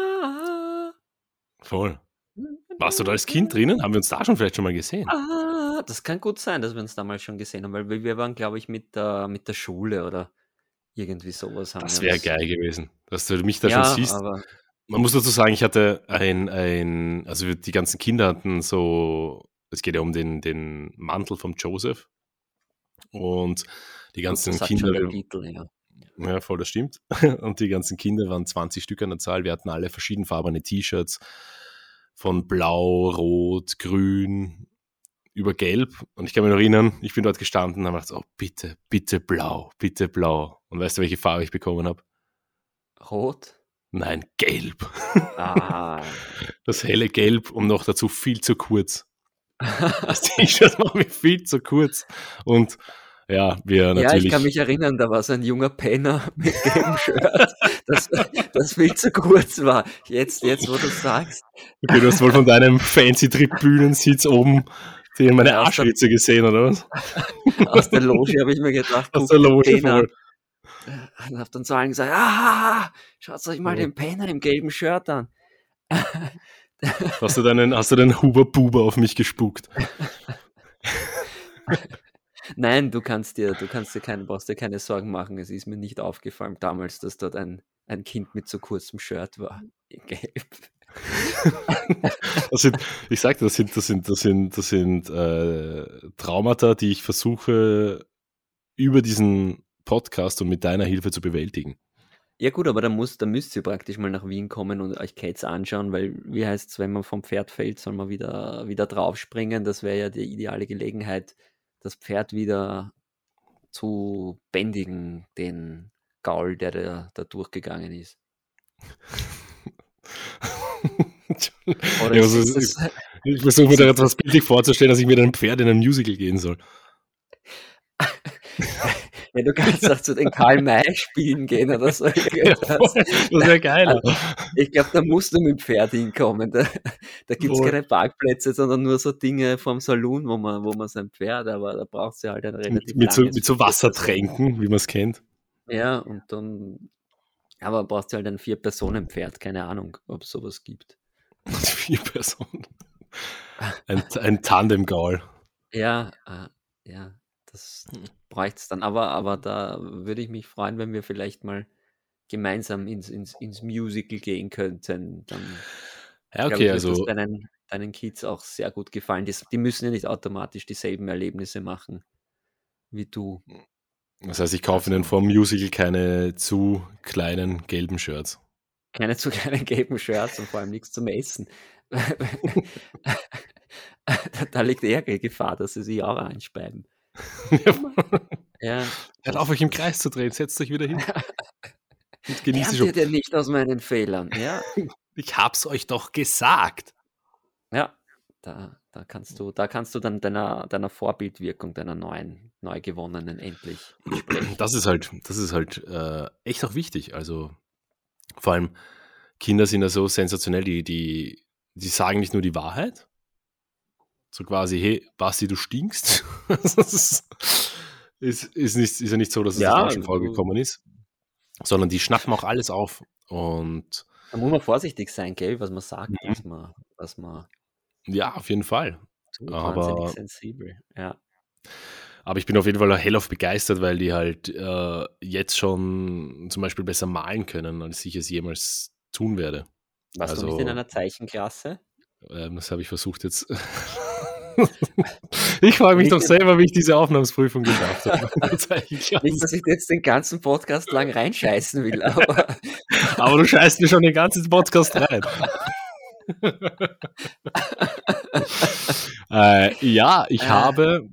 Voll. Warst du da als Kind drinnen? Haben wir uns da vielleicht schon mal gesehen?
Das kann gut sein, dass wir uns damals schon gesehen haben, weil wir waren, glaube ich, mit der Schule oder irgendwie sowas.
Das wäre geil gewesen, dass du mich da schon siehst. Aber man muss dazu sagen, ich hatte also die ganzen Kinder hatten so, es geht ja um den Mantel vom Joseph und die ganzen Kinder...
Der Titel,
ja, voll, das stimmt. Und die ganzen Kinder waren 20 Stück an der Zahl. Wir hatten alle verschiedenfarbene T-Shirts von blau, rot, grün über gelb. Und ich kann mich noch erinnern, ich bin dort gestanden und habe gedacht, oh, bitte, bitte blau, bitte blau. Und weißt du, welche Farbe ich bekommen habe?
Rot?
Nein, gelb. Das helle Gelb und noch dazu viel zu kurz. Das T-Shirt war mir viel zu kurz. Und Ja, wir
Ja, ich kann
natürlich,
mich erinnern, da war so ein junger Penner mit gelbem Shirt, das, das viel zu kurz war. Jetzt, wo du sagst,
okay, du hast wohl von deinem fancy Tribünensitz oben meine
aus der,
Arschritze gesehen, oder was?
aus der Loge habe ich mir gedacht,
Aus
guck
der
den
Loge
Penner.
voll.
Und hab dann zu allen gesagt, schaut euch mal
Ja.
den Penner im gelben Shirt an.
Hast du deinen Huber-Buber auf mich gespuckt?
Nein, brauchst dir keine Sorgen machen. Es ist mir nicht aufgefallen damals, dass dort ein Kind mit so kurzem Shirt war. In Gelb.
Ich sagte, das sind Traumata, die ich versuche über diesen Podcast und mit deiner Hilfe zu bewältigen.
Ja gut, aber da müsst ihr praktisch mal nach Wien kommen und euch Cats anschauen, weil, wie heißt es, wenn man vom Pferd fällt, soll man wieder draufspringen. Das wäre ja die ideale Gelegenheit, das Pferd wieder zu bändigen, den Gaul, der da durchgegangen ist. Oder
Ja,
ist das,
ich versuche mir
ist
da
das,
etwas bildlich vorzustellen, dass ich mit einem Pferd in ein Musical gehen soll.
ja, du kannst auch zu den Karl-May-Spielen gehen oder so.
Ja, voll. Das wäre geiler.
Ich glaube, da musst du mit dem Pferd hinkommen. Da gibt es
Voll.
keine Parkplätze, sondern nur so Dinge vom Saloon, wo man sein Pferd, aber da braucht es ja halt ein relativ
Mit
langes
so
Pferd.
Wassertränken, wie man es kennt.
Ja, und dann, aber brauchst du halt ein 4-Personen-Pferd, keine Ahnung, ob es sowas gibt.
4 Personen. Ein Tandem-Gaul.
Ja, das bräuchte es dann. Aber da würde ich mich freuen, wenn wir vielleicht mal gemeinsam ins Musical gehen könnten. Dann
Ja,
glaube
okay,
ich, wird das
also
deinen Kids auch sehr gut gefallen. Die müssen ja nicht automatisch dieselben Erlebnisse machen wie du.
das heißt, ich kaufe ihnen
Also
vor dem Musical keine zu kleinen gelben Shirts.
keine zu kleinen gelben Shirts und vor allem nichts zum Essen. Da liegt eher die Gefahr, dass sie sich auch einspeiben. Ja,
Hört auf, euch im Kreis zu drehen, setzt euch wieder hin und genießt die
lernt
Show.
ihr denn nicht aus meinen Fehlern? Ja,
Ich hab's euch doch gesagt.
ja. Da kannst du dann deiner Vorbildwirkung, deiner neu gewonnenen endlich entsprechen.
Das ist halt echt auch wichtig. Also vor allem Kinder sind ja so sensationell, die sagen nicht nur die Wahrheit, so quasi, hey, Basti, du stinkst. Das ist ja nicht so, dass es nicht
Ja,
auch schon vorgekommen ist, sondern die schnappen auch alles auf. Und
da muss man vorsichtig sein, gell, was man sagt, was man
ja, auf jeden Fall.
tut,
Aber
wahnsinnig sensibel. Ja.
Aber ich bin auf jeden Fall hellauf begeistert, weil die halt jetzt schon zum Beispiel besser malen können, als ich es jemals tun werde.
Warst du nicht in einer Zeichenklasse?
Das habe ich versucht jetzt. Ich frage mich doch selber, wie ich diese Aufnahmsprüfung geschafft habe.
Nicht, dass ich jetzt den ganzen Podcast lang reinscheißen will, aber
Aber du scheißt mir schon den ganzen Podcast rein. Ja, ich habe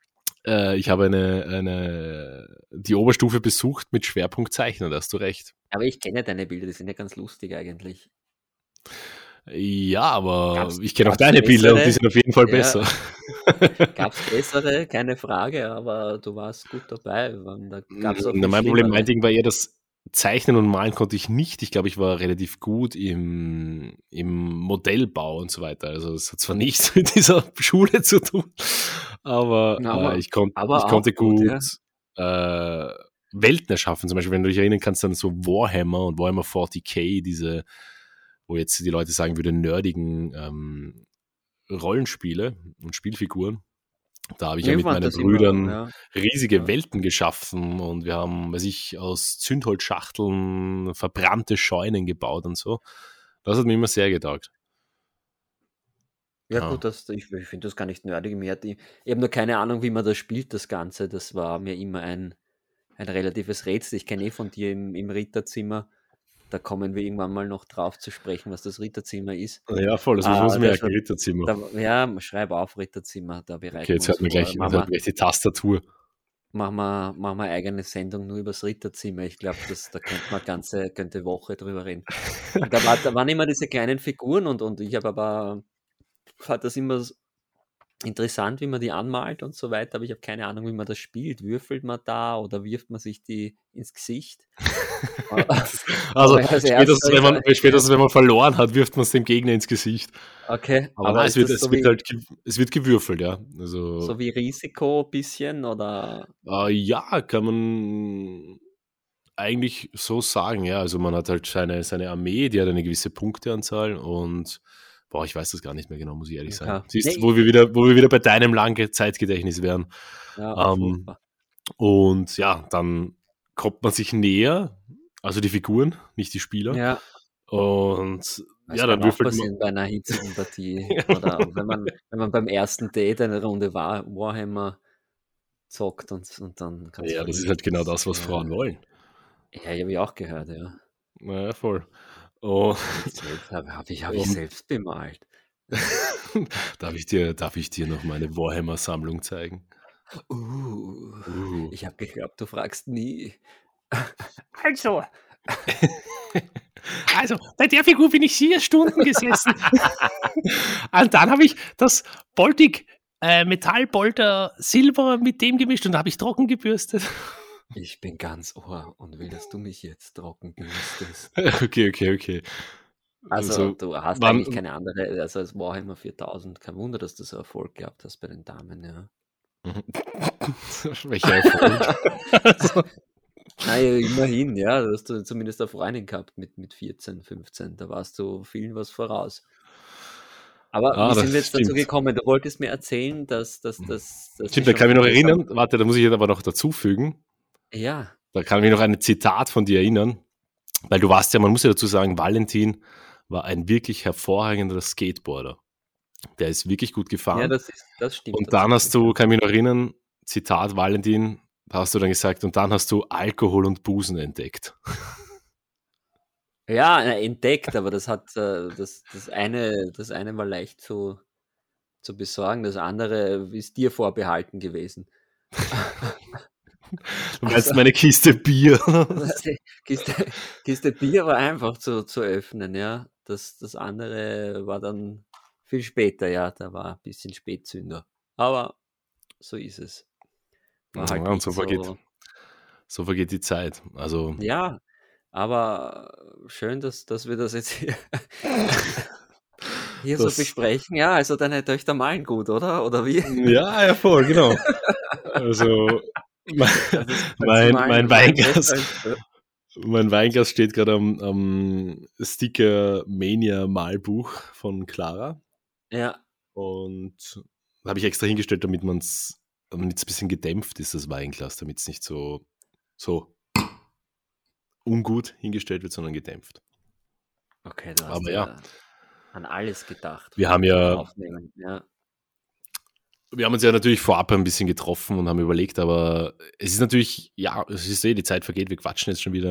die Oberstufe besucht mit Schwerpunkt Zeichnen, da hast du recht.
aber ich kenne deine Bilder, die sind ja ganz lustig eigentlich.
Ja, aber
Gab's-
ich kenne auch
gab's
deine Bilder und die
bessere?
sind auf jeden Fall
Ja.
besser.
Gab es bessere, keine Frage, aber du warst gut dabei. Da gab's auch viel
Mein Problem,
schlimmere.
mein Ding war eher, das Zeichnen und Malen konnte ich nicht. Ich glaube, ich war relativ gut im Modellbau und so weiter. Also es hat zwar nichts mit dieser Schule zu tun, aber
Ja,
ich konnte
auch gut,
Welten erschaffen. Zum Beispiel, wenn du dich erinnern kannst an so Warhammer und Warhammer 40k, diese, wo jetzt die Leute sagen würden, nerdigen Rollenspiele und Spielfiguren. Da habe ich ja
Ich
mit
fand
meinen
das immer,
Brüdern
ja.
riesige
Ja.
Welten geschaffen und wir haben, aus Zündholzschachteln verbrannte Scheunen gebaut und so. Das hat mir immer sehr getaugt.
Ja,
Ja.
gut, ich finde das gar nicht nerdig mehr. Ich habe nur keine Ahnung, wie man das spielt, das Ganze. Das war mir immer ein relatives Rätsel. Ich kenne von dir im Ritterzimmer. Da kommen wir irgendwann mal noch drauf zu sprechen, was das Ritterzimmer ist.
Ja, voll, das müssen wir uns merken,
das-
Ritterzimmer.
Ja, schreib auf Ritterzimmer, da bereiten
Okay, jetzt
wir
hört man
uns vor.
gleich, jetzt hört man gleich die Tastatur.
Machen wir eine eigene Sendung nur über das Ritterzimmer. Ich glaube, da könnte man ganze Woche drüber reden. Und da waren immer diese kleinen Figuren und ich habe aber fand das immer interessant, wie man die anmalt und so weiter, aber ich habe keine Ahnung, wie man das spielt. Würfelt man da oder wirft man sich die ins Gesicht?
Also
Aber das erste ist, ja,
spätestens wenn man verloren hat, wirft man es dem Gegner ins Gesicht.
okay,
Aber
aber
nein,
ist das
es wird gewürfelt, ja. Also,
so wie Risiko bisschen oder?
ja, kann man eigentlich so sagen, ja. Also man hat halt seine Armee, die hat eine gewisse Punkteanzahl und ich weiß das gar nicht mehr genau, muss ich ehrlich sagen.
Okay.
Siehst du,
Nee,
wo wir wieder bei deinem langen Zeitgedächtnis wären.
ja,
Ähm,
furchtbar.
und ja, dann kommt man sich näher, also die Figuren, nicht die Spieler.
Ja,
Und
das
ja, dann
kann auch
würfelt man.
passieren bei einer hitzigen Partie oder wenn man beim ersten Date eine Runde Warhammer zockt und dann kann es
Ja, das ist
verrückt
halt genau das, was Frauen
ja.
wollen.
Ja, habe ich auch gehört, ja.
Naja, voll. Oh,
Habe ich
und
selbst bemalt.
darf ich dir noch meine Warhammer-Sammlung zeigen? Uh.
Ich habe geglaubt, du fragst nie.
Also, bei der Figur bin ich 4 Stunden gesessen. Und dann habe ich das Boltig Metallbolter Silber mit dem gemischt und da habe ich trocken gebürstet.
Ich bin ganz Ohr und will, dass du mich jetzt trocken bürstest.
Okay.
Also, du hast
wann-
eigentlich keine andere, also als Warhammer 4000, kein Wunder, dass du so Erfolg gehabt hast bei den Damen, ja.
Welcher Erfolg?
Naja, immerhin, ja, da hast du zumindest eine Freundin gehabt mit 14, 15, da warst du vielen was voraus. Aber wie
das
sind wir jetzt dazu
stimmt.
gekommen? Du wolltest mir erzählen, dass
Stimmt, da kann ich mich noch erinnern. Warte, da muss ich jetzt aber noch dazufügen.
Ja,
Da kann ich mich noch an ein Zitat von dir erinnern. Weil du warst ja, man muss ja dazu sagen, Valentin war ein wirklich hervorragender Skateboarder. Der ist wirklich gut gefahren.
ja, das stimmt.
Und dann hast du,
tatsächlich,
kann ich mich noch erinnern, Zitat Valentin, da hast du dann gesagt, und dann hast du Alkohol und Busen entdeckt.
ja, entdeckt, aber das hat das eine war leicht zu besorgen, das andere ist dir vorbehalten gewesen.
Du meinst meine Kiste Bier?
Kiste Bier war einfach zu öffnen, ja. Das andere war dann viel später, ja. Da war ein bisschen Spätzünder. Aber so ist es. War halt
Ja, und
nicht
so vergeht die Zeit. Also,
Ja, aber schön, dass wir das jetzt hier so
das,
besprechen. Ja, also deine Töchter malen gut, oder? Oder wie?
ja, voll, genau. Also, mein Weinglas steht gerade am Sticker Mania Malbuch von Clara.
Ja,
Und da habe ich extra hingestellt, damit es ein bisschen gedämpft ist, das Weinglas, damit es nicht so ungut hingestellt wird, sondern gedämpft.
okay, du hast
Aber ja,
an alles gedacht.
wir haben ja,
Aufnehmen. Ja.
wir haben uns ja natürlich vorab ein bisschen getroffen und haben überlegt, aber es ist natürlich, ja, es ist die Zeit vergeht, wir quatschen jetzt schon wieder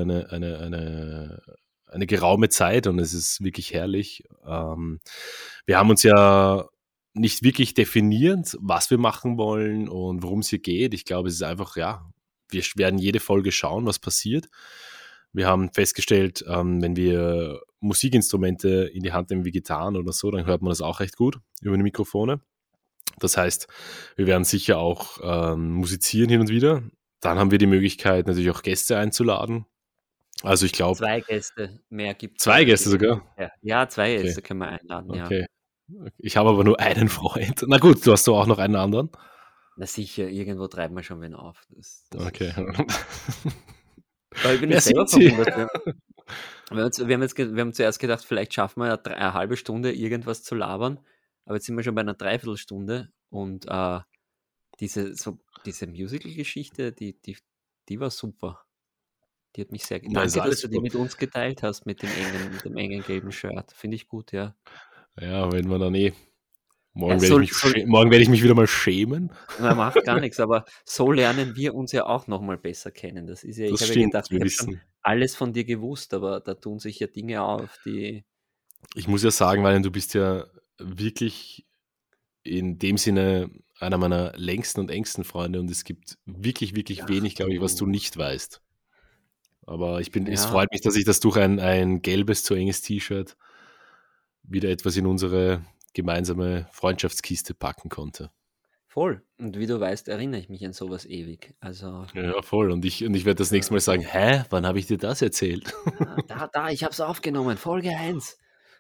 eine geraume Zeit und es ist wirklich herrlich. Wir haben uns ja nicht wirklich definiert, was wir machen wollen und worum es hier geht. Ich glaube, es ist einfach, ja, wir werden jede Folge schauen, was passiert. Wir haben festgestellt, wenn wir Musikinstrumente in die Hand nehmen wie Gitarren oder so, dann hört man das auch recht gut über die Mikrofone. Das heißt, wir werden sicher auch musizieren hin und wieder. Dann haben wir die Möglichkeit, natürlich auch Gäste einzuladen. Also ich glaube...
2 Gäste, mehr gibt es.
2 Gäste sogar?
Ja, 2
Okay.
Gäste können wir einladen, ja.
Okay. Ich habe aber nur einen Freund. Na gut, du hast doch auch noch einen anderen.
Na sicher, irgendwo treiben wir schon wen auf. Das
Okay.
Weil ich bin
Wer
jetzt selber
sind Sie?
verwundert. Wir haben zuerst gedacht, vielleicht schaffen wir eine halbe Stunde irgendwas zu labern, aber jetzt sind wir schon bei einer Dreiviertelstunde und diese Musical-Geschichte, die war super. Die hat mich sehr
Na, ist
Danke, dass
alles
du die
super.
mit uns geteilt hast, mit dem engen gelben Shirt. Finde ich gut, ja.
Ja, wenn man dann morgen
Ja,
werde ich mich wieder mal schämen.
Man macht gar nichts, aber so lernen wir uns ja auch nochmal besser kennen. Das ist ja,
Das
ich habe ja
stimmt,
gedacht,
wir
ich habe schon
wissen.
alles von dir gewusst, aber da tun sich ja Dinge auf, die.
Ich muss ja sagen, Marian, du bist ja wirklich in dem Sinne einer meiner längsten und engsten Freunde und es gibt wirklich, wirklich
Ach,
wenig, glaube ich, was du
du.
nicht weißt. Aber es
Ja.
freut mich, dass ich das durch ein gelbes, zu enges T-Shirt wieder etwas in unsere gemeinsame Freundschaftskiste packen konnte.
Voll. Und wie du weißt, erinnere ich mich an sowas ewig. Also,
Ja, voll. Und ich werde das nächste Mal sagen, wann habe ich dir das erzählt?
ich habe es aufgenommen. Folge 1.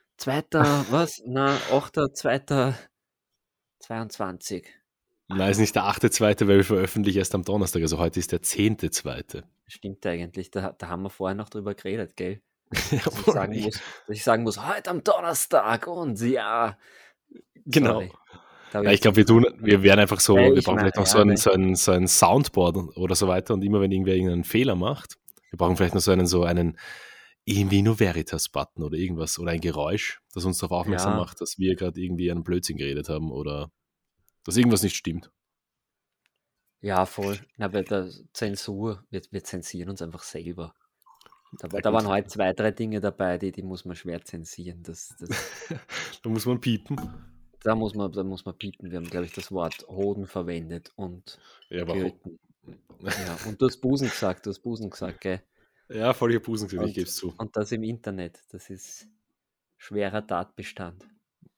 8.2.22.
Nein, ist nicht der 8.2., weil wir veröffentlichen erst am Donnerstag. Also heute ist der 10.2.
Stimmt eigentlich. Da haben wir vorher noch drüber geredet, gell?
Ja,
Dass ich
voll.
dass ich sagen muss, heute am Donnerstag und ja.
Genau.
Sorry. Da hab
Ja,
ich
ich glaube, wir werden einfach so,
Ja,
wir
ich
brauchen
meine,
vielleicht noch so ein Soundboard oder so weiter und immer wenn irgendwer irgendeinen Fehler macht, wir brauchen vielleicht noch so einen Invino Veritas-Button oder irgendwas oder ein Geräusch, das uns darauf aufmerksam
Ja.
macht, dass wir gerade irgendwie einen Blödsinn geredet haben oder dass irgendwas nicht stimmt.
Ja, voll. Aber der Zensur, wir zensieren uns einfach selber. Da
gut.
waren heute 2, 3 Dinge dabei, die muss man schwer zensieren.
Da muss man piepen.
Da muss man piepen. Wir haben, glaube ich, das Wort Hoden verwendet und
Ja, aber
Göten. Ja, und du hast Busen gesagt, gell?
ja, voll ich hab Busen gesagt, ich
Und,
gebe es zu.
und das im Internet, das ist schwerer Tatbestand.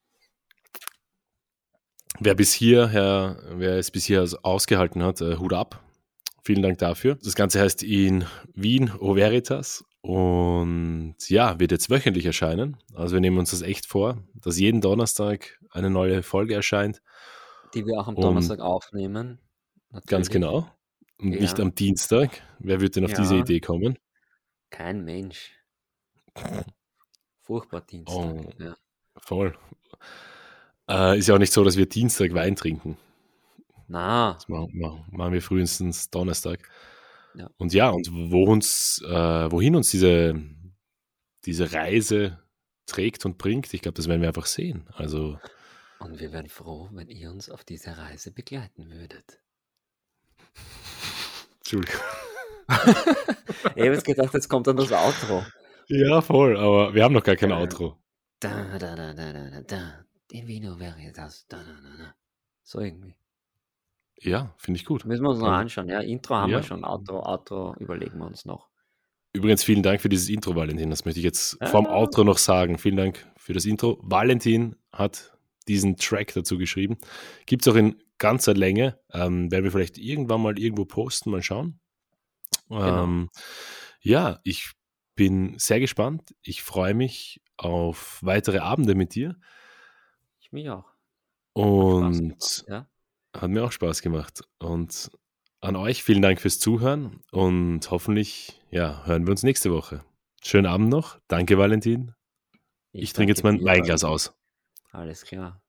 Wer es bis hier ausgehalten hat, Hut ab. Vielen Dank dafür. Das Ganze heißt in Wien O Veritas und ja, wird jetzt wöchentlich erscheinen. Also wir nehmen uns das echt vor, dass jeden Donnerstag eine neue Folge erscheint.
Die wir auch am
Und
Donnerstag aufnehmen.
Ganz
Natürlich.
genau. Und
Ja.
nicht am Dienstag. Wer wird denn auf
Ja.
diese Idee kommen?
Kein Mensch. Furchtbar Dienstag.
Oh.
Ja.
Voll. Ist ja auch nicht so, dass wir Dienstag Wein trinken.
Na,
Das machen wir frühestens Donnerstag.
Ja.
Und ja, und wohin uns diese Reise trägt und bringt, ich glaube, das werden wir einfach sehen. Also,
und wir wären froh, wenn ihr uns auf diese Reise begleiten würdet.
Entschuldigung.
Ich habe jetzt gedacht, jetzt kommt dann das Outro.
Ja, voll, aber wir haben noch gar kein Outro.
Da, da, da, da, da, da, da. In Vino Veritas. Da, da, da, da. So irgendwie.
Ja, finde ich gut.
Müssen wir uns noch
Ja.
anschauen. Ja, Intro haben
Ja.
wir schon. Outro überlegen wir uns noch.
Übrigens, vielen Dank für dieses Intro, Valentin. Das möchte ich jetzt vorm Outro noch sagen. Vielen Dank für das Intro. Valentin hat diesen Track dazu geschrieben. Gibt es auch in ganzer Länge. Werden wir vielleicht irgendwann mal irgendwo posten, mal schauen.
Genau.
Ja, ich bin sehr gespannt. Ich freue mich auf weitere Abende mit dir.
Ich mich auch.
Und
Spaß gemacht, ja.
hat mir auch Spaß gemacht. Und an euch vielen Dank fürs Zuhören und hoffentlich hören wir uns nächste Woche. Schönen Abend noch. Danke, Valentin. Ich trinke jetzt mein
danke dir,
Weinglas aus.
Alles klar.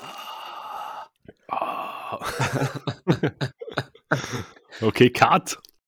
Okay, Cut.